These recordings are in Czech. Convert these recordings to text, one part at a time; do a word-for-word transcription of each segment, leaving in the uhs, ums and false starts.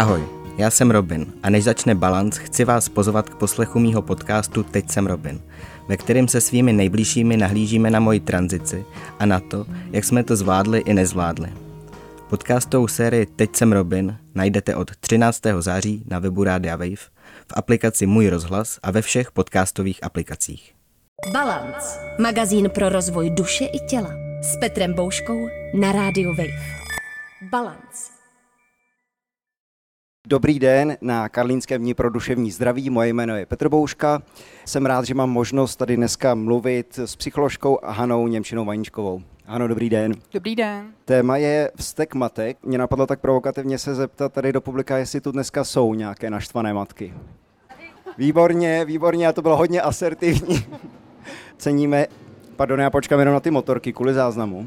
Ahoj, já jsem Robin a než začne Balanc, chci vás pozvat k poslechu mýho podcastu Teď jsem Robin, ve kterém se svými nejbližšími nahlížíme na moji tranzici a na to, jak jsme to zvládli i nezvládli. Podcastovou sérii Teď jsem Robin najdete od třináctého září na webu Rádia Wave, v aplikaci Můj rozhlas a ve všech podcastových aplikacích. Balanc, magazín pro rozvoj duše i těla s Petrem Bouškou na Rádiu Wave. Balanc. Dobrý den na Karlínském dni pro duševní zdraví, moje jméno je Petr Bouška. Jsem rád, že mám možnost tady dneska mluvit s psycholožkou Hanou Němčinou Vaníčkovou. Hano, dobrý den. Dobrý den. Téma je vztek matek. Mě napadlo tak provokativně se zeptat tady do publika, jestli tu dneska jsou nějaké naštvané matky. Výborně, výborně, a to bylo hodně asertivní. Ceníme, pardon, já počkám jenom na ty motorky kvůli záznamu.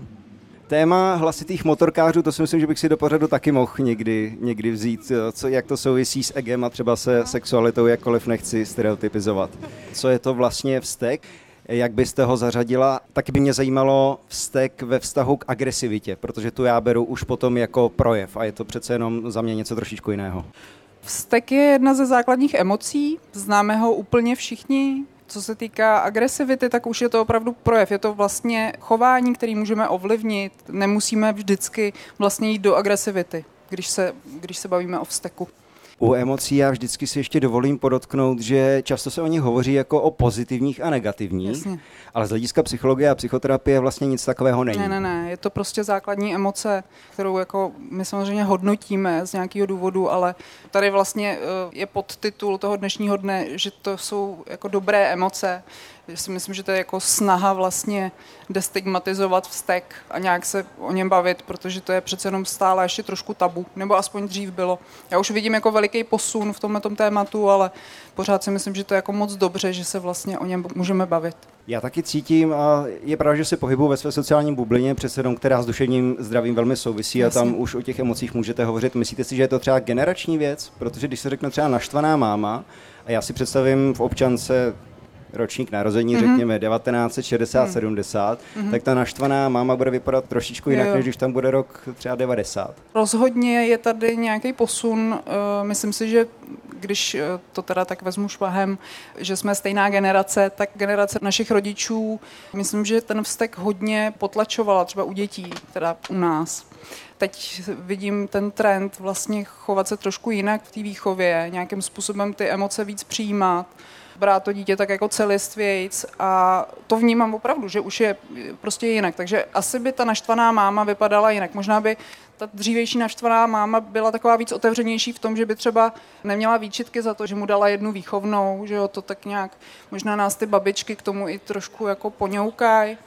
Téma hlasitých motorkářů, to si myslím, že bych si do pořadu taky mohl někdy, někdy vzít, co, jak to souvisí s egem a třeba se sexualitou, jakkoliv nechci stereotypizovat. Co je to vlastně vztek? Jak byste ho zařadila? Taky by mě zajímalo vztek ve vztahu k agresivitě, protože tu já beru už potom jako projev a je to přece jenom za mě něco trošičku jiného. Vztek je jedna ze základních emocí, známe ho úplně všichni. Co se týká agresivity, tak už je to opravdu projev. Je to vlastně chování, který můžeme ovlivnit. Nemusíme vždycky vlastně jít do agresivity, když se, když se bavíme o vzteku. U emocí já vždycky si ještě dovolím podotknout, že často se o nich hovoří jako o pozitivních a negativních, Jasně. ale z hlediska psychologie a psychoterapie vlastně nic takového není. Ne, ne, ne, je to prostě základní emoce, kterou jako my samozřejmě hodnotíme z nějakého důvodu, ale tady vlastně je podtitul toho dnešního dne, že to jsou jako dobré emoce. Já si myslím, že to je jako snaha vlastně destigmatizovat vztek a nějak se o něm bavit, protože to je přece jenom stále ještě trošku tabu, nebo aspoň dřív bylo. Já už vidím jako veliký posun v tomhletom tématu, ale pořád si myslím, že to je jako moc dobře, že se vlastně o něm můžeme bavit. Já taky cítím a je pravda, že se pohybuju ve své sociální bublině, přece jenom, která s duševním zdravím velmi souvisí Jasně. a tam už o těch emocích můžete hovořit. Myslíte si, že je to třeba generační věc? Protože když se řekne třeba naštvaná máma a já si představím v občance ročník narození, mm-hmm. řekněme devatenáct set šedesát sedmdesát, mm-hmm. tak ta naštvaná máma bude vypadat trošičku jinak, jo. než když tam bude rok třeba devadesát. Rozhodně je tady nějaký posun. Myslím si, že když to teda tak vezmu švahem, že jsme stejná generace, tak generace našich rodičů, myslím, že ten vztek hodně potlačovala třeba u dětí, teda u nás. Teď vidím ten trend vlastně chovat se trošku jinak v té výchově, nějakým způsobem ty emoce víc přijímat, brát to dítě tak jako celistvějc a to vnímám opravdu, že už je prostě jinak. Takže asi by ta naštvaná máma vypadala jinak. Možná by ta dřívější naštvaná máma byla taková víc otevřenější v tom, že by třeba neměla výčitky za to, že mu dala jednu výchovnou, že jo, to tak nějak, možná nás ty babičky k tomu i trošku jako poňoukají,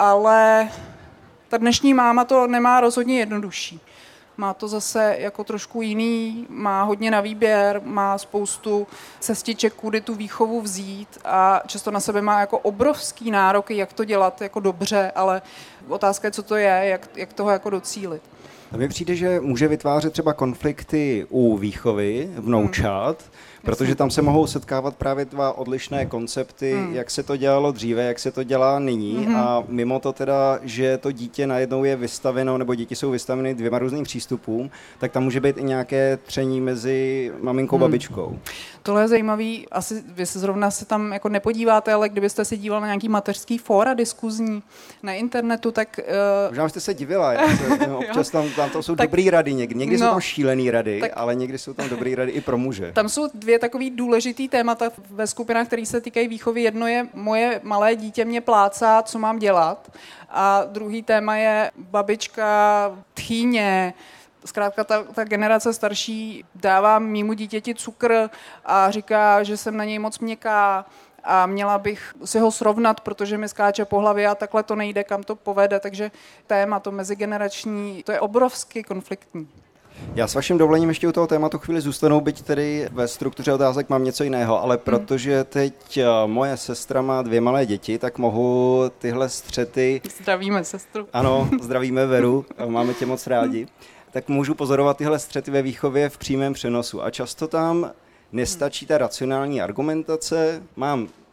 ale ta dnešní máma to nemá rozhodně jednodušší. Má to zase jako trošku jiný, má hodně na výběr, má spoustu cestiček, kudy tu výchovu vzít a často na sebe má jako obrovský nároky, jak to dělat jako dobře, ale otázka je, co to je, jak, jak toho jako docílit. A mně přijde, že může vytvářet třeba konflikty u výchovy vnoučat, hmm. protože tam se mohou setkávat právě dva odlišné koncepty, hmm. jak se to dělalo dříve, jak se to dělá nyní hmm. a mimo to teda, že to dítě najednou je vystaveno, nebo děti jsou vystaveny dvěma různým přístupům, tak tam může být i nějaké tření mezi maminkou a hmm. babičkou. Tohle je zajímavý, asi vy se zrovna se tam jako nepodíváte, ale kdybyste se díval na nějaký mateřský fóra diskuzní na internetu, tak... Uh... Možná jste se divila, já se, no, občas tam, tam to jsou tak, dobrý rady, někdy, někdy no, jsou tam šílený rady, tak, ale někdy jsou tam dobrý rady i pro muže. Tam jsou dvě takový důležitý témata ve skupinách, které se týkají výchovy. Jedno je moje malé dítě mě plácá, co mám dělat, a druhý téma je babička, tchýně. Zkrátka ta, ta generace starší dává mému dítěti cukr a říká, že jsem na něj moc měkká a měla bych si ho srovnat, protože mi skáče po hlavě a takhle to nejde, kam to povede. Takže téma to mezigenerační, to je obrovsky konfliktní. Já s vaším dovolením ještě u toho tématu chvíli zůstanu, byť tedy ve struktuře otázek mám něco jiného, ale protože teď moje sestra má dvě malé děti, tak mohu tyhle střety... Zdravíme sestru. Ano, zdravíme Veru, máme tě moc rádi. Tak můžu pozorovat tyhle střety ve výchově v přímém přenosu a často tam nestačí ta racionální argumentace. Mám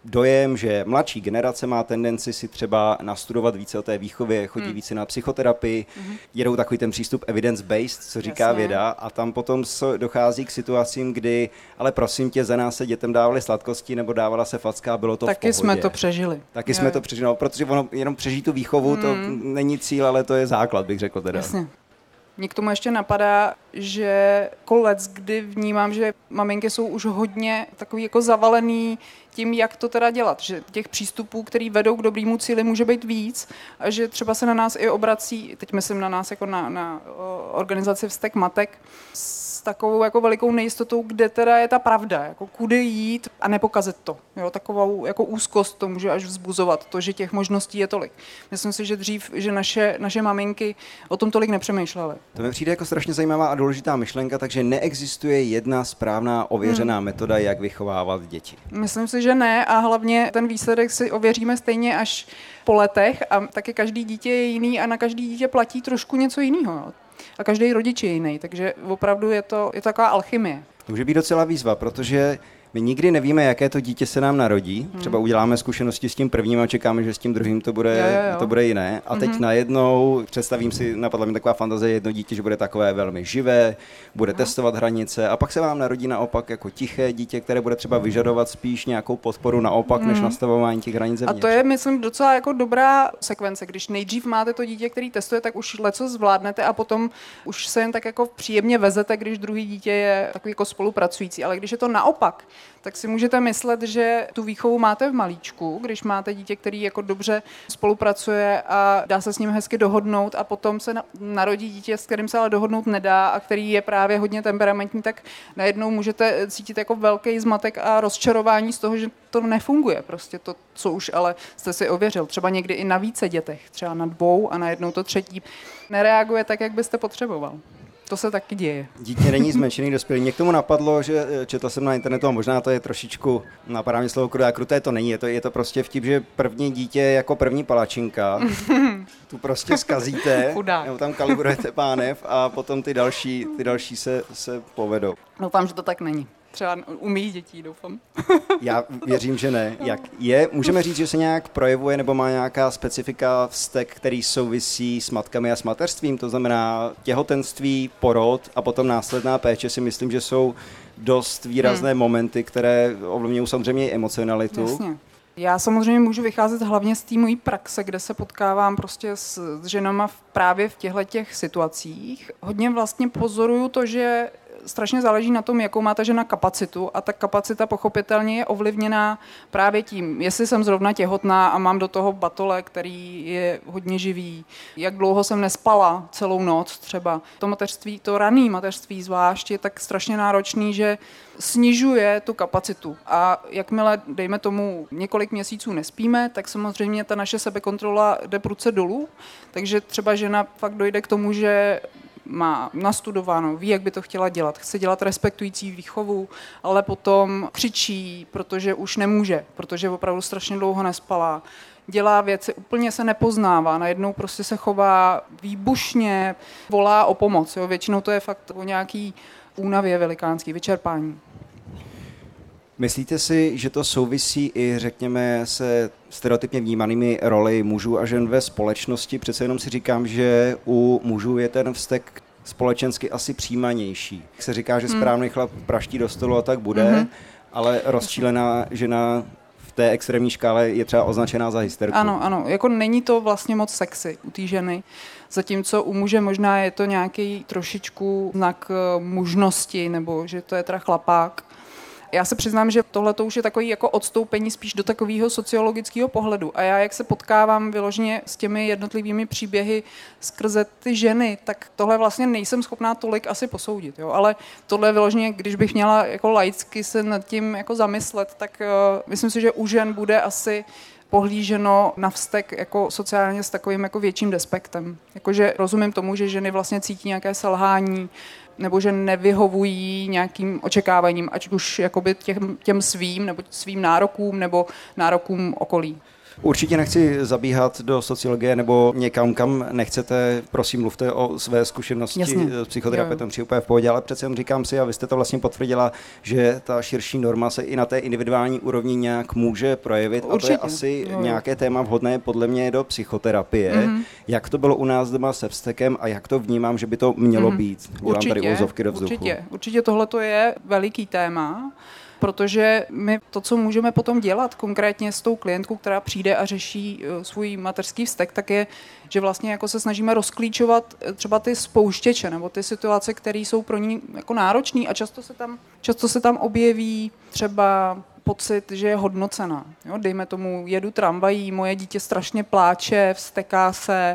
dojem, že mladší generace má tendenci si třeba nastudovat více o té výchově, chodí hmm. více na psychoterapii, hmm. jedou takový ten přístup evidence-based, co říká Jasně. věda, a tam potom dochází k situacím, kdy, ale prosím tě, za nás se dětem dávaly sladkosti nebo dávala se facka a bylo to Taky v pohodě. jsme to přežili. Taky jo. jsme to přežili, no, protože ono jenom přežít tu výchovu, hmm. to není cíl, ale to je základ, bych řekl teda. Jasně. Mně k tomu ještě napadá, že kolec, kdy vnímám, že maminky jsou už hodně takový jako zavalený tím, jak to teda dělat, že těch přístupů, který vedou k dobrému cíli, může být víc a že třeba se na nás i obrací, teď myslím na nás jako na, na organizaci Vztek matek, s takovou jako velikou nejistotou, kde teda je ta pravda, jako kudy jít a nepokazit to. Jo, takovou jako úzkost to může až vzbuzovat, to, že těch možností je tolik. Myslím si, že dřív, že naše, naše maminky o tom tolik nepřemýšlely. To mi přijde jako strašně zajímavá a důležitá myšlenka, takže neexistuje jedna správná ověřená hmm. metoda, jak vychovávat děti. Myslím si, že ne, a hlavně ten výsledek si ověříme stejně až po letech a taky každý dítě je jiný a na každý dítě platí trošku něco jiného. A každý rodič je jiný, takže opravdu je to, je to taková alchymie. To může být docela výzva, protože my nikdy nevíme, jaké to dítě se nám narodí. Hmm. Třeba uděláme zkušenosti s tím prvním a čekáme, že s tím druhým to bude, jo, jo, jo. To bude jiné. A teď hmm. najednou, představím si, napadla mi taková fantazie, jedno dítě, že bude takové velmi živé, bude hmm. testovat hranice a pak se vám narodí naopak jako tiché dítě, které bude třeba vyžadovat spíš nějakou podporu naopak, hmm. než nastavování těch hranic zevnitř. A to je, myslím, docela jako dobrá sekvence. Když nejdřív máte to dítě, který testuje, tak už leco zvládnete a potom už se jen tak jako příjemně vezete, když druhý dítě je takový jako spolupracující. Ale když je to naopak, tak si můžete myslet, že tu výchovu máte v malíčku, když máte dítě, který jako dobře spolupracuje a dá se s ním hezky dohodnout a potom se narodí dítě, s kterým se ale dohodnout nedá a který je právě hodně temperamentní, tak najednou můžete cítit jako velký zmatek a rozčarování z toho, že to nefunguje. Prostě to, co už ale jste si ověřil. Třeba někdy i na více dětech, třeba na dvou a najednou to třetí nereaguje tak, jak byste potřeboval. To se taky děje. Dítě není zmenšený dospělý. Mě k tomu napadlo, že četl jsem na internetu a možná to je trošičku, napadá mě slovo kruté, kruté to není, je to, je to prostě vtip, že první dítě je jako první palačinka, tu prostě zkazíte, nebo tam kalibrujete pánev a potom ty další, ty další se, se povedou. Doufám, že to tak není. Třeba u mých dětí, doufám. Já věřím, že ne. Jak je? Můžeme říct, že se nějak projevuje nebo má nějaká specifika vztek, který souvisí s matkami a s mateřstvím? To znamená těhotenství, porod a potom následná péče, si myslím, že jsou dost výrazné hmm. momenty, které ovlivňují samozřejmě i emocionalitu. Jasně. Já samozřejmě můžu vycházet hlavně z té mojí praxe, kde se potkávám prostě s, s ženama v, právě v těchto těch situacích. Hodně vlastně pozoruju to, že strašně záleží na tom, jakou má ta žena kapacitu a ta kapacita pochopitelně je ovlivněná právě tím, jestli jsem zrovna těhotná a mám do toho batole, který je hodně živý, jak dlouho jsem nespala celou noc třeba. To mateřství, to rané mateřství zvlášť je tak strašně náročný, že snižuje tu kapacitu a jakmile, dejme tomu, několik měsíců nespíme, tak samozřejmě ta naše sebekontrola jde prudce dolů, takže třeba žena fakt dojde k tomu, že má nastudováno, ví, jak by to chtěla dělat, chce dělat respektující výchovu, ale potom křičí, protože už nemůže, protože opravdu strašně dlouho nespala, dělá věci, úplně se nepoznává, najednou prostě se chová výbušně, volá o pomoc, jo? Většinou to je fakt o nějaký únavě velikánský, vyčerpání. Myslíte si, že to souvisí i, řekněme, se stereotypně vnímanými roli mužů a žen ve společnosti? Přece jenom si říkám, že u mužů je ten vztek společensky asi přijímanější. Se říká, že správný chlap praští do stolu a tak bude, mm-hmm. ale rozčílená žena v té extrémní škále je třeba označená za hysterku. Ano, ano, jako není to vlastně moc sexy u té ženy, zatímco u muže možná je to nějaký trošičku znak mužnosti, nebo že to je teda chlapák. Já se přiznám, že tohle to už je takový jako odstoupení spíš do takového sociologického pohledu. A já, jak se potkávám vyloženě s těmi jednotlivými příběhy skrze ty ženy, tak tohle vlastně nejsem schopná tolik asi posoudit. Jo? Ale tohle vyloženě, když bych měla jako laicky se nad tím jako zamyslet, tak uh, myslím si, že u žen bude asi pohlíženo na vztek jako sociálně s takovým jako větším despektem. Jakože rozumím tomu, že ženy vlastně cítí nějaké selhání, nebo že nevyhovují nějakým očekáváním, ať už jakoby těm, těm svým, nebo svým nárokům, nebo nárokům okolí. Určitě nechci zabíhat do sociologie nebo někam, kam nechcete, prosím, mluvte o své zkušenosti Jasně. s psychoterapeutem, při úplně v pohodě, ale přece jen říkám si, a vy jste to vlastně potvrdila, že ta širší norma se i na té individuální úrovni nějak může projevit. Určitě. A to je asi jo. nějaké téma vhodné podle mě do psychoterapie. Mm-hmm. Jak to bylo u nás doma se vztekem a jak to vnímám, že by to mělo mm-hmm. být? Dělám určitě, tady uvozovky do vzduchu. Určitě, určitě tohle to je veliký téma. Protože my to, co můžeme potom dělat konkrétně s tou klientkou, která přijde a řeší svůj mateřský vztek, tak je, že vlastně jako se snažíme rozklíčovat třeba ty spouštěče nebo ty situace, které jsou pro ní jako náročné a často se tam, často se tam objeví třeba pocit, že je hodnocena. Jo, dejme tomu, jedu tramvají, moje dítě strašně pláče, vzteká se,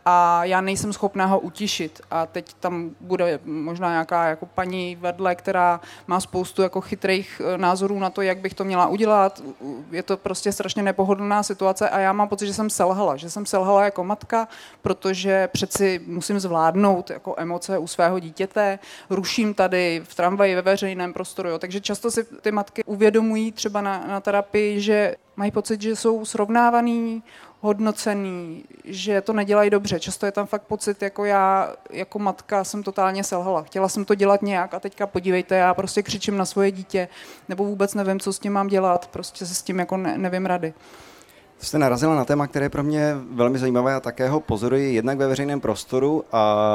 a já nejsem schopná ho utišit. A teď tam bude možná nějaká jako paní vedle, která má spoustu jako chytrých názorů na to, jak bych to měla udělat. Je to prostě strašně nepohodlná situace a já mám pocit, že jsem selhala. Že jsem selhala jako matka, protože přeci musím zvládnout jako emoce u svého dítěte. Ruším tady v tramvaji ve veřejném prostoru. Jo. Takže často si ty matky uvědomují třeba na, na terapii, že mají pocit, že jsou srovnávaný, hodnocený, že to nedělají dobře. Často je tam fakt pocit, jako já jako matka jsem totálně selhala. Chtěla jsem to dělat nějak a teďka podívejte, já prostě křičím na svoje dítě, nebo vůbec nevím, co s tím mám dělat, prostě se s tím jako ne, nevím rady. Jste narazila na téma, které je pro mě velmi zajímavé a také ho pozoruji jednak ve veřejném prostoru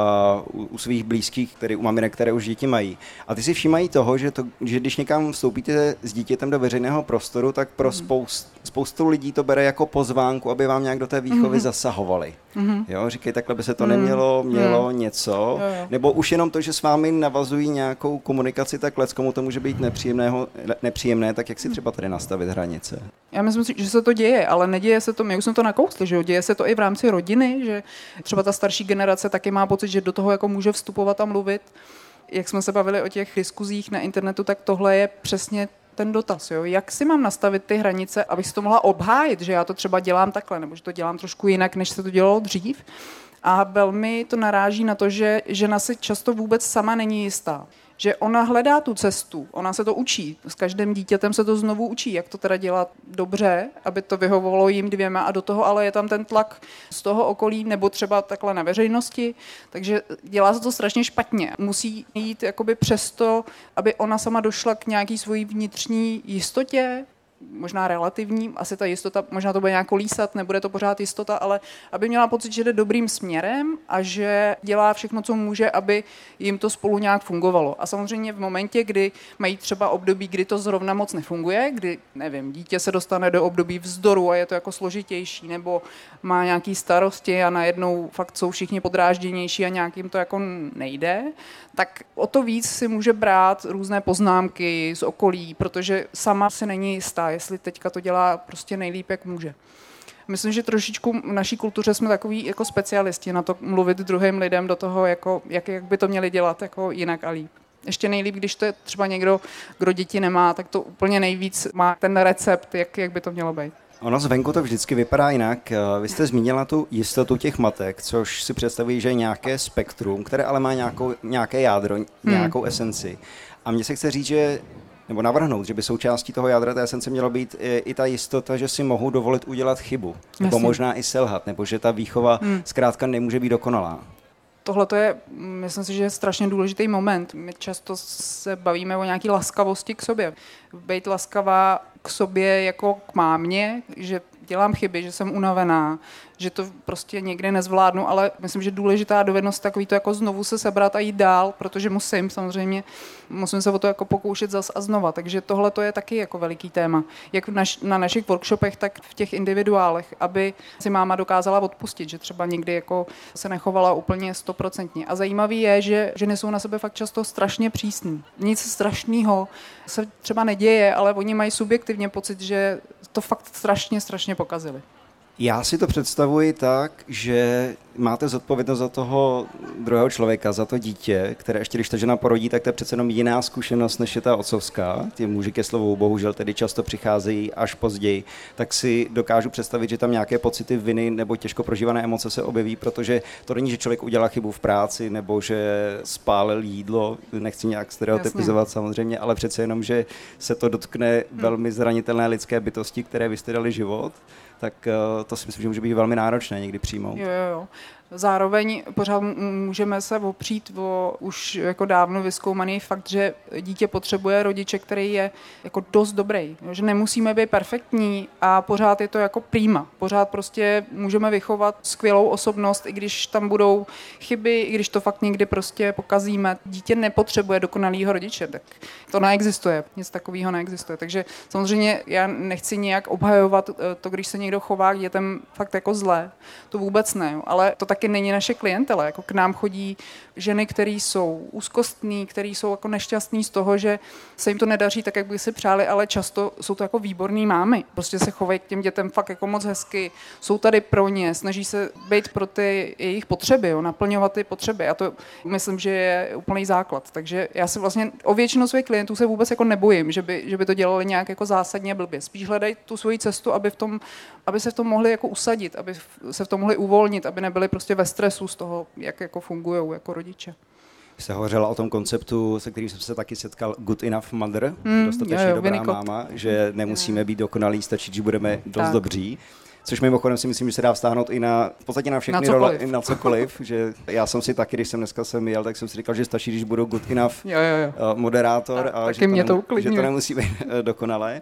a u, u svých blízkých, tedy u maminek, které už děti mají. A ty si všímají toho, že, to, že když někam vstoupíte s dítětem do veřejného prostoru, tak pro spoust, spoustu lidí to bere jako pozvánku, aby vám nějak do té výchovy mm-hmm. zasahovali. Mm-hmm. Jo, říkají, takhle by se to nemělo, mělo mm. něco. Jo, jo. Nebo už jenom to, že s vámi navazují nějakou komunikaci, tak leckomu to může být nepříjemného, nepříjemné, tak jak si třeba tady nastavit hranice? Já myslím, že se to děje, ale neděje se to, my už jsme to nakousli, že jo, děje se to i v rámci rodiny, že třeba ta starší generace taky má pocit, že do toho jako může vstupovat a mluvit. Jak jsme se bavili o těch diskuzích na internetu, tak tohle je přesně ten dotaz, jo? Jak si mám nastavit ty hranice, abych si to mohla obhájit, že já to třeba dělám takhle, nebo že to dělám trošku jinak, než se to dělalo dřív. A velmi to naráží na to, že žena si často vůbec sama není jistá. Že ona hledá tu cestu, ona se to učí. S každým dítětem se to znovu učí, jak to teda dělat dobře, aby to vyhovovalo jim dvěma a do toho ale je tam ten tlak z toho okolí nebo třeba takhle na veřejnosti, takže dělá se to strašně špatně. Musí jít jakoby přesto, aby ona sama došla k nějaký svojí vnitřní jistotě, možná relativní, asi ta jistota, možná to bude nějak kolísat, nebude to pořád jistota, ale aby měla pocit, že jde dobrým směrem a že dělá všechno, co může, aby jim to spolu nějak fungovalo. A samozřejmě v momentě, kdy mají třeba období, kdy to zrovna moc nefunguje, kdy, nevím, dítě se dostane do období vzdoru a je to jako složitější, nebo má nějaký starosti a najednou fakt jsou všichni podrážděnější a nějak jim to jako nejde, tak o to víc si může brát různé poznámky z okolí, protože sama si není jistá, jestli teďka to dělá prostě nejlíp, jak může. Myslím, že trošičku v naší kultuře jsme takový jako specialisti na to mluvit druhým lidem do toho, jako, jak, jak by to měli dělat jako jinak a líp. Ještě nejlíp, když to je třeba někdo, kdo děti nemá, tak to úplně nejvíc má ten recept, jak, jak by to mělo být. Ono zvenku to vždycky vypadá jinak. Vy jste zmínila tu jistotu těch matek, což si představují, že je nějaké spektrum, které ale má nějakou, nějaké jádro, hmm. nějakou esenci. A mně se chce říct, že nebo navrhnout, že by součástí toho jádra té esence mělo být i, i ta jistota, že si mohou dovolit udělat chybu. Nebo Jasně. možná i selhat, nebo že ta výchova hmm. zkrátka nemůže být dokonalá. Tohle to je, myslím si, že je strašně důležitý moment. My často se bavíme o nějaké laskavosti k sobě. Být laskavá k sobě jako k mámě, že dělám chyby, že jsem unavená, že to prostě někdy nezvládnu, ale myslím, že důležitá dovednost takový to jako znovu se sebrat a jít dál, protože musím samozřejmě, musím se o to jako pokoušet zas a znova, takže tohle to je taky jako veliký téma. Jak naš, na našich workshopech, tak v těch individuálech, aby si máma dokázala odpustit, že třeba někdy jako se nechovala úplně stoprocentně. A zajímavý je, že ženy jsou na sebe fakt často strašně přísný. Nic strašného se třeba neděje, ale oni mají subjektivně pocit, že to fakt strašně, strašně pokazili. Já si to představuji tak, že máte zodpovědnost za toho druhého člověka, za to dítě, které ještě když ta žena porodí, tak to je přece jenom jiná zkušenost, než je ta otcovská. Ty muži ke slovu bohužel tedy často přicházejí až později, tak si dokážu představit, že tam nějaké pocity viny nebo těžko prožívané emoce se objeví, protože to není, že člověk udělá chybu v práci nebo že spálil jídlo, nechci nějak stereotypizovat Jasně. samozřejmě, ale přece jenom, že se to dotkne velmi zranitelné lidské bytosti, které vy jste dali život. tak to si myslím, že může být velmi náročné někdy přijmout. Jo, jo, jo. Zároveň pořád můžeme se opřít o už jako dávno vyzkoumaný fakt, že dítě potřebuje rodiče, který je jako dost dobrý. Že nemusíme být perfektní a pořád je to jako prima. Pořád prostě můžeme vychovat skvělou osobnost, i když tam budou chyby, i když to fakt někdy prostě pokazíme. Dítě nepotřebuje dokonalýho rodiče, tak to neexistuje. Nic takového neexistuje. Takže samozřejmě já nechci nějak obhajovat to, když se někdo chová k dětem fakt jako zlé. To vůbec ne, ale to tak taky není naše klientele. Jako k nám chodí ženy, které jsou úzkostní, které jsou jako nešťastní z toho, že se jim to nedaří tak, jak by si přáli, ale často jsou to jako výborný mámy. Prostě se chovají k těm dětem fakt jako moc hezky, jsou tady pro ně, snaží se být pro ty jejich potřeby, jo, naplňovat ty potřeby. A to myslím, že je úplný základ. Takže já se vlastně o většinu svých klientů se vůbec jako nebojím, že by, že by to dělali nějak jako zásadně blbě. Spíš hledají tu svoji cestu, aby, v tom, aby se v tom mohli jako usadit, aby se v tom mohli uvolnit, aby nebyli prostě ve stresu z toho, jak jako fungují jako rodiče. Jste hovořila o tom konceptu, se kterým jsem se taky setkal, good enough mother, mm, dostatečně jo, jo, dobrá Winnicott. máma, že nemusíme být dokonalí, stačí, že budeme dost tak. dobří. Což mimochodem si myslím, že se dá vztáhnout i na, v podstatě na všechny na role, na cokoliv, že já jsem si taky, když jsem dneska sem jel, tak jsem si říkal, že stačí, když budu good enough jo, jo, jo. moderátor a, a že, že to, to, že to nemusí být dokonalé.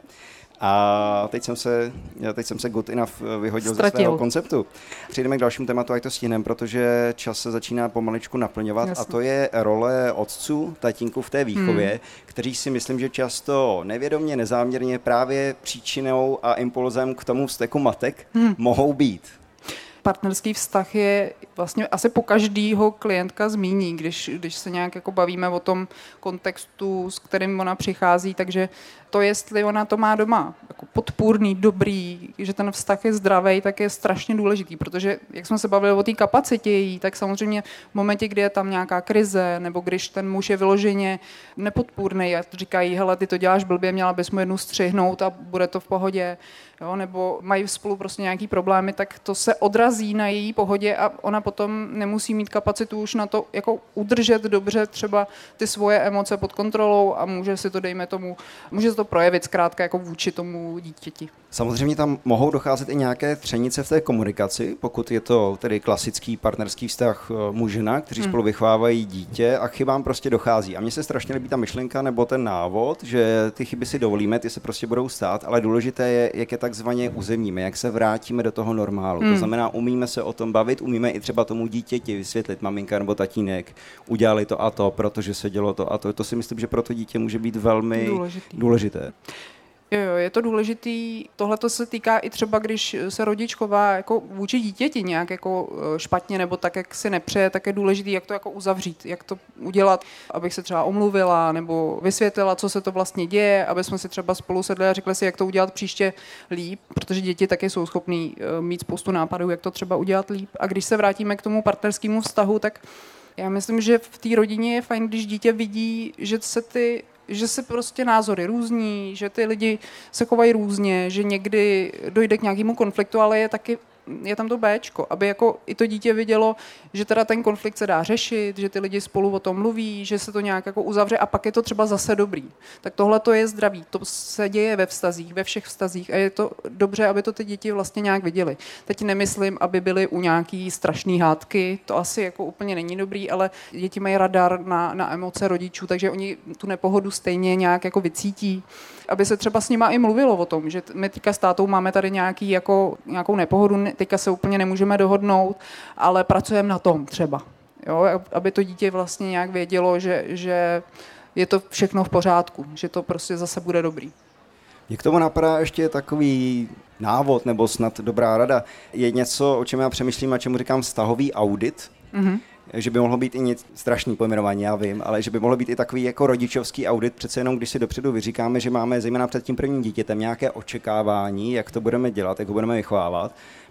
A teď jsem se, teď jsem se good enough vyhodil Ztratil. ze svého konceptu. Přejdeme k dalšímu tématu, ať to stihneme, protože čas se začíná pomaličku naplňovat. Jasně. A to je role otců, tatínků v té výchově, hmm. kteří si myslím, že často nevědomě, nezáměrně právě příčinou a impulzem k tomu vzteku matek hmm. mohou být. Partnerský vztah je vlastně asi po každýho klientka zmíní, když, když se nějak jako bavíme o tom kontextu, s kterým ona přichází, takže to, jestli ona to má doma jako podpůrný, dobrý, že ten vztah je zdravý, tak je strašně důležitý, protože jak jsme se bavili o té kapacitě jí, tak samozřejmě v momentě, kdy je tam nějaká krize, nebo když ten muž je vyloženě nepodpůrný a říkají, hele, ty to děláš blbě, měla bys mu jednu střihnout a bude to v pohodě, jo, nebo mají spolu prostě nějaký problémy, tak to se odrazí na její pohodě a ona potom nemusí mít kapacitu už na to jako udržet dobře třeba ty svoje emoce pod kontrolou a může si to, dejme tomu, může se to projevit zkrátka jako vůči tomu dítěti. Samozřejmě tam mohou docházet i nějaké třenice v té komunikaci, pokud je to tedy klasický partnerský vztah muž-žena, kteří hmm. spolu vychovávají dítě a chybám prostě dochází. A mně se strašně líbí ta myšlenka nebo ten návod, že ty chyby si dovolíme, ty se prostě budou stát, ale důležité je, jak je takzvaně uzemníme, jak se vrátíme do toho normálu. Hmm. To znamená, umíme se o tom bavit, umíme i třeba tomu dítěti vysvětlit, maminka nebo tatínek, udělali to a to, protože se dělo to a to. To si myslím, že pro to dítě může být velmi důležitý. důležité. Jo, jo, je to důležitý. Tohle to se týká i třeba, když se rodič chová jako vůči dítěti nějak jako špatně nebo tak, jak si nepřeje, tak je důležitý, jak to jako uzavřít, jak to udělat, abych se třeba omluvila nebo vysvětlila, co se to vlastně děje, aby jsme si třeba spolu sedli a řekli si, jak to udělat příště líp, protože děti taky jsou schopný mít spoustu nápadů, jak to třeba udělat líp. A když se vrátíme k tomu partnerskému vztahu, tak já myslím, že v té rodině je fajn, když dítě vidí, že se ty že se prostě názory různí, že ty lidi se chovají různě, že někdy dojde k nějakému konfliktu, ale je taky je tam to béčko, aby jako i to dítě vidělo, že teda ten konflikt se dá řešit, že ty lidi spolu o tom mluví, že se to nějak jako uzavře a pak je to třeba zase dobrý. Tak tohle to je zdraví, to se děje ve vztazích, ve všech vztazích a je to dobře, aby to ty děti vlastně nějak viděli. Teď nemyslím, aby byly u nějaký strašný hádky, to asi jako úplně není dobrý, ale děti mají radar na, na emoce rodičů, takže oni tu nepohodu stejně nějak jako vycítí. Aby se třeba s nima i mluvilo o tom, že my teďka s tátou máme tady nějaký, jako, nějakou nepohodu, teďka se úplně nemůžeme dohodnout, ale pracujeme na tom třeba. Jo? Aby to dítě vlastně nějak vědělo, že, že je to všechno v pořádku, že to prostě zase bude dobrý. Mě k tomu napadá ještě takový návod nebo snad dobrá rada. Je něco, o čem já přemýšlím a čemu říkám vztahový audit, mm-hmm. že by mohlo být i něco strašný pojmenování, já vím, ale že by mohlo být i takový jako rodičovský audit, přece jenom když si dopředu vyříkáme, že máme zejména před tím prvním dítětem nějaké očekávání, jak to budeme dělat, jak ho budeme vychovávat.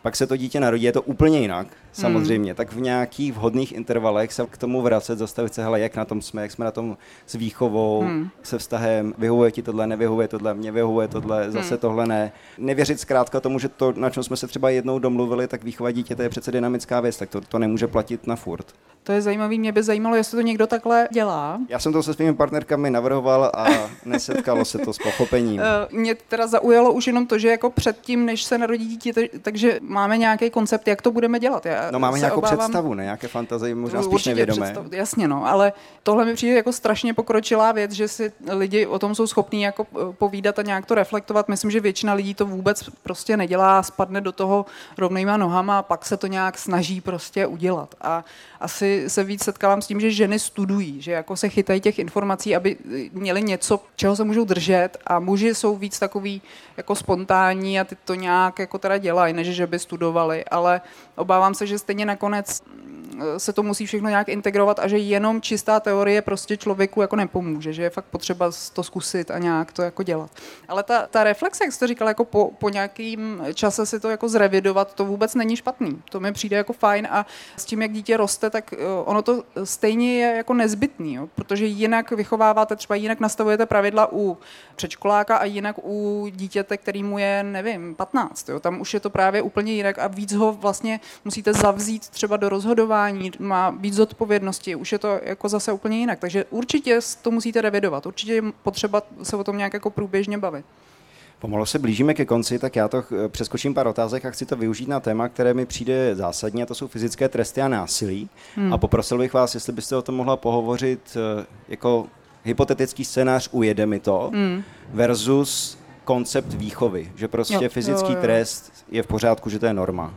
pak se to dítě narodí, je to úplně jinak, samozřejmě, hmm. tak v nějakých vhodných intervalech se k tomu vracet, zastavit se, hele, jak na tom jsme, jak jsme na tom s výchovou, hmm. se vztahem, vyhovuje ti tohle, nevyhovuje tohle, mě vyhovuje tohle, zase hmm. tohle ne. Nevěřit zkrátka tomu, že to, na čem jsme se třeba jednou domluvili, tak výchova dítěte je přece dynamická věc, tak to, to nemůže platit na furt. To je zajímavý, mě by zajímalo, jestli to někdo takhle dělá. Já jsem to se svými partnerkami navrhoval a nesetkalo se to s pochopením. Mě teda zaujalo už jenom to, že jako předtím, než se narodí dítě, takže máme nějaký koncept, jak to budeme dělat. Já no máme nějakou obávám, představu, ne? Nějaké fantazie, možná spíš nevědomé. Představ, jasně, no, ale tohle mi přijde jako strašně pokročilá věc, že si lidi o tom jsou schopní jako povídat a nějak to reflektovat. Myslím, že většina lidí to vůbec prostě nedělá, spadne do toho rovnejma nohama a pak se to nějak snaží prostě udělat. A asi se víc setkávám s tím, že ženy studují, že jako se chytají těch informací, aby měli něco, čeho se můžou držet, a muži jsou víc takový jako spontánní a ty to nějak jako teda dělají, než že by studovali, ale obávám se, že stejně nakonec se to musí všechno nějak integrovat a že jenom čistá teorie prostě člověku jako nepomůže, že je fakt potřeba to zkusit a nějak to jako dělat. Ale ta, ta reflexe, jak jste říkala, jako po, po nějakým čase si to jako zrevidovat, to vůbec není špatný. To mi přijde jako fajn a s tím, jak dítě roste, tak ono to stejně je jako nezbytný, jo? Protože jinak vychováváte, třeba jinak nastavujete pravidla u předškoláka a jinak u dítěte, který mu je, nevím, patnáct. Jo? Tam už je to právě úplně jinak a víc ho vlastně musíte zavzít třeba do rozhodování, má víc zodpovědnosti, už je to jako zase úplně jinak. Takže určitě to musíte revidovat, určitě je potřeba se o tom nějak jako průběžně bavit. Pomalu se blížíme ke konci, tak já to přeskočím pár otázek a chci to využít na téma, které mi přijde zásadní, a to jsou fyzické tresty a násilí. Hmm. A poprosil bych vás, jestli byste o tom mohla pohovořit jako hypotetický scénář ujede mi to hmm. versus koncept výchovy, že prostě jo, fyzický jo, jo. trest je v pořádku, že to je norma.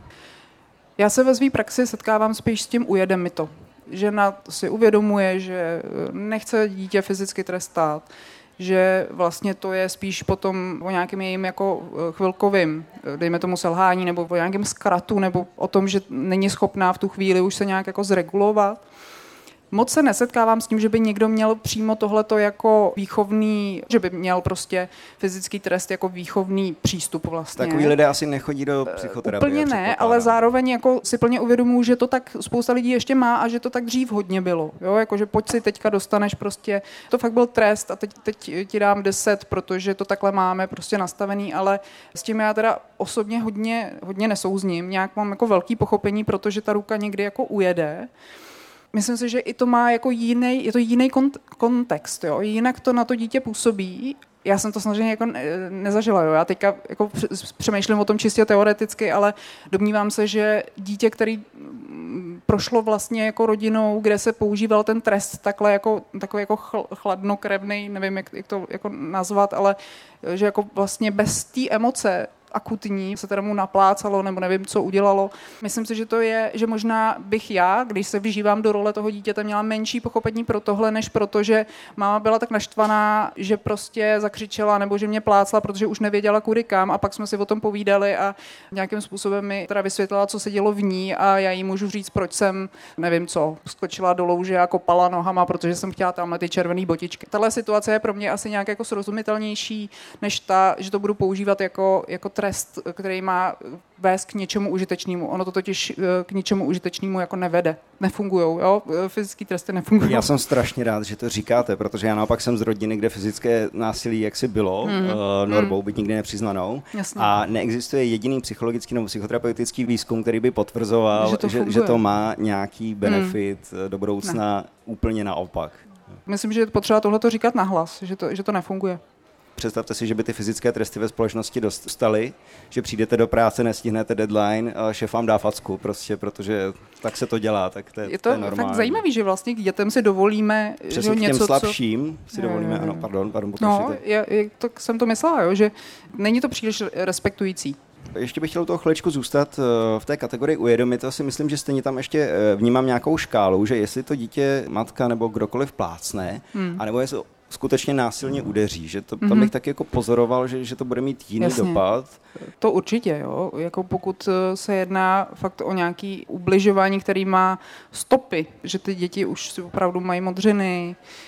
Já se ve své praxi setkávám spíš s tím ujede mi to. Žena si uvědomuje, že nechce dítě fyzicky trestat, že vlastně to je spíš potom o nějakém jejím jako chvilkovým, dejme tomu selhání, nebo o nějakém zkratu, nebo o tom, že není schopná v tu chvíli už se nějak jako zregulovat. Moc se nesetkávám s tím, že by někdo měl přímo tohleto jako výchovný, že by měl prostě fyzický trest jako výchovný přístup vlastně. Takový lidé asi nechodí do psychoterapie. Úplně ne, ale zároveň jako si plně uvědomuji, že to tak spousta lidí ještě má a že to tak dřív hodně bylo. Jo? Jako, že pojď si teďka dostaneš prostě, to fakt byl trest a teď, teď ti dám deset, protože to takhle máme prostě nastavený, ale s tím já teda osobně hodně, hodně nesouzním. Nějak mám jako velký pochopení, protože ta ruka někdy jako ujede. Myslím si, že i to má jako jiný, je to jiný kont- kontext, jo? Jinak to na to dítě působí. Já jsem to samozřejmě jako nezažila, jo? Já teďka jako přemýšlím o tom čistě teoreticky, ale domnívám se, že dítě, který prošlo vlastně jako rodinou, kde se používal ten trest takhle jako, takový jako chladnokrevný, nevím, jak, jak to jako nazvat, ale že jako vlastně bez té emoce akutní se teda mu naplácalo, nebo nevím, co udělalo. Myslím si, že to je, že možná bych já, když se vyžívám do role toho dítěte, měla menší pochopení pro tohle, než proto, že máma byla tak naštvaná, že prostě zakřičela, nebo že mě plácla, protože už nevěděla kudy kam, a pak jsme si o tom povídali a nějakým způsobem mi teda vysvětlila, co se dělo v ní, a já jí můžu říct, proč jsem, nevím co, skočila do louže a kopala nohama, protože jsem chtěla tamhle ty červené botičky. Tahle situace je pro mě asi nějak jako srozumitelnější, než ta, že to budu používat jako, jako trest, který má vést k něčemu užitečnému. Ono to totiž k něčemu užitečnému jako nevede. Nefungujou, jo? Fyzické tresty nefungují. Já jsem strašně rád, že to říkáte, protože já naopak jsem z rodiny, kde fyzické násilí jaksi bylo mm. uh, normou, mm. byť nikdy nepřiznanou. Jasně. A neexistuje jediný psychologický nebo psychoterapeutický výzkum, který by potvrzoval, že to, že, že to má nějaký benefit mm. do budoucna, ne. Úplně naopak. Myslím, že je potřeba tohleto říkat nahlas, že to, že to nefunguje. Představte si, že by ty fyzické tresty ve společnosti dostaly, že přijdete do práce, nestihnete deadline a šéf vám dá facku, prostě, protože tak se to dělá, tak to je, je to, to je normální. Fakt zajímavý, že vlastně k dětem si dovolíme, přesně že něco, těm slabším co... si dovolíme, je, ano, pardon, pardon, pokračujte. No, je, je, to jsem to myslela, jo, že není to příliš respektující. Ještě bych chtěl toho chviličku zůstat v té kategorii uvědomit, to si myslím, že stejně tam ještě vnímám nějakou škálu, že jestli to dítě, matka nebo kdokoliv plácne, hmm. anebo jestli skutečně násilně udeří, že to, mm-hmm. tam bych taky jako pozoroval, že, že to bude mít jiný Jasně. dopad. To určitě, jo. Jako pokud se jedná fakt o nějaký ubližování, který má stopy, že ty děti už si opravdu mají modřiny,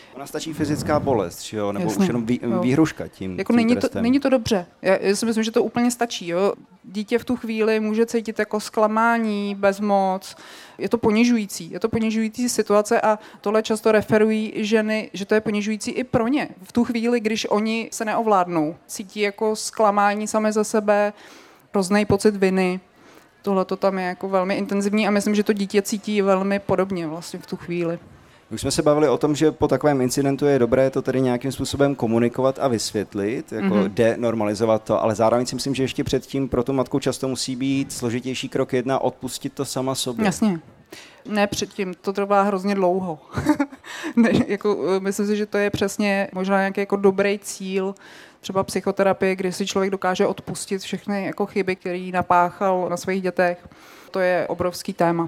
Ona stačí fyzická bolest, že jo? Nebo Jasně, už jenom vý, jo. výhruška tím, jako tím není, to, trestem. není to dobře. Já, já si myslím, že to úplně stačí. Jo? Dítě v tu chvíli může cítit jako zklamání, bezmoc. Je to ponižující. Je to ponižující situace a tohle často referují ženy, že to je ponižující i pro ně. V tu chvíli, když oni se neovládnou, cítí jako zklamání sami za sebe, hrozný pocit viny. Tohle to tam je jako velmi intenzivní a myslím, že to dítě cítí velmi podobně vlastně v tu chvíli. Už jsme se bavili o tom, že po takovém incidentu je dobré to tedy nějakým způsobem komunikovat a vysvětlit, jako mm-hmm. denormalizovat to, ale zároveň si myslím, že ještě předtím pro tu matku často musí být složitější krok jedna, odpustit to sama sobě. Jasně. Ne předtím, to trvá hrozně dlouho. ne, jako, myslím si, že to je přesně možná nějaký jako dobrý cíl, třeba psychoterapie, kdy si člověk dokáže odpustit všechny jako chyby, které napáchal na svých dětech. To je obrovský téma.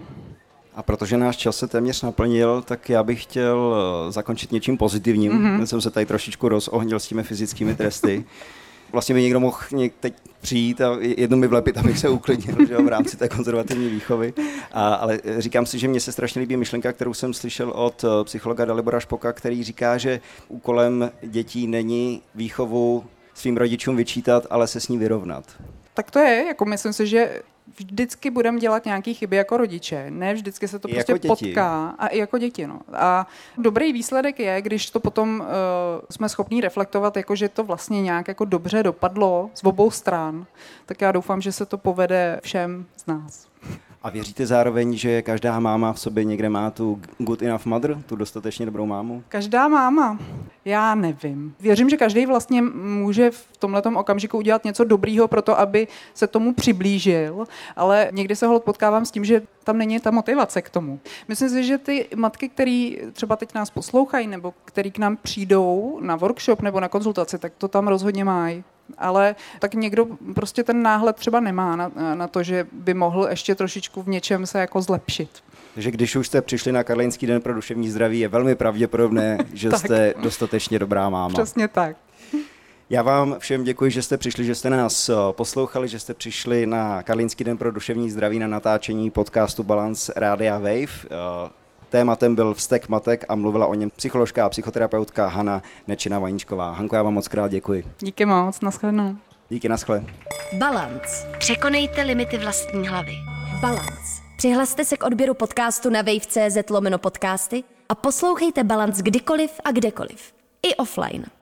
A protože náš čas se téměř naplnil, tak já bych chtěl zakončit něčím pozitivním. Mm-hmm. Já jsem se tady trošičku rozohnil s těmi fyzickými tresty. Vlastně by někdo mohl teď přijít a jednu mi vlepit, abych se uklidnil, že jo, v rámci té konzervativní výchovy. A, ale říkám si, že mně se strašně líbí myšlenka, kterou jsem slyšel od psychologa Dalibora Špoka, který říká, že úkolem dětí není výchovu svým rodičům vyčítat, ale se s ní vyrovnat. Tak to je, jako myslím si, že vždycky budeme dělat nějaké chyby jako rodiče. Ne vždycky se to I prostě jako potká. A i jako děti. No. A dobrý výsledek je, když to potom uh, jsme schopní reflektovat, jako že to vlastně nějak jako dobře dopadlo z obou stran. Tak já doufám, že se to povede všem z nás. A věříte zároveň, že každá máma v sobě někde má tu good enough mother, tu dostatečně dobrou mámu? Každá máma? Já nevím. Věřím, že každý vlastně může v tomhletom okamžiku udělat něco dobrýho pro to, aby se tomu přiblížil, ale někdy se holt potkávám s tím, že tam není ta motivace k tomu. Myslím si, že ty matky, které třeba teď nás poslouchají nebo které k nám přijdou na workshop nebo na konzultaci, tak to tam rozhodně mají. Ale tak někdo prostě ten náhled třeba nemá na, na to, že by mohl ještě trošičku v něčem se jako zlepšit. Takže když už jste přišli na Karlínský den pro duševní zdraví, je velmi pravděpodobné, že jste dostatečně dobrá máma. Přesně tak. Já vám všem děkuji, že jste přišli, že jste nás poslouchali, že jste přišli na Karlínský den pro duševní zdraví na natáčení podcastu Balance Rádia Wave. Tématem byl vztek matek a mluvila o něm psycholožka a psychoterapeutka Hana Nečina-Vaníčková. Hanko, já vám moc krát děkuji. Díky moc, nashledanou. Díky, naschle. Balance. Překonejte limity vlastní hlavy. Balance. Přihlaste se k odběru podcastu na wave tečka cz lomeno podcasty a poslouchejte Balance kdykoliv a kdekoliv. I offline.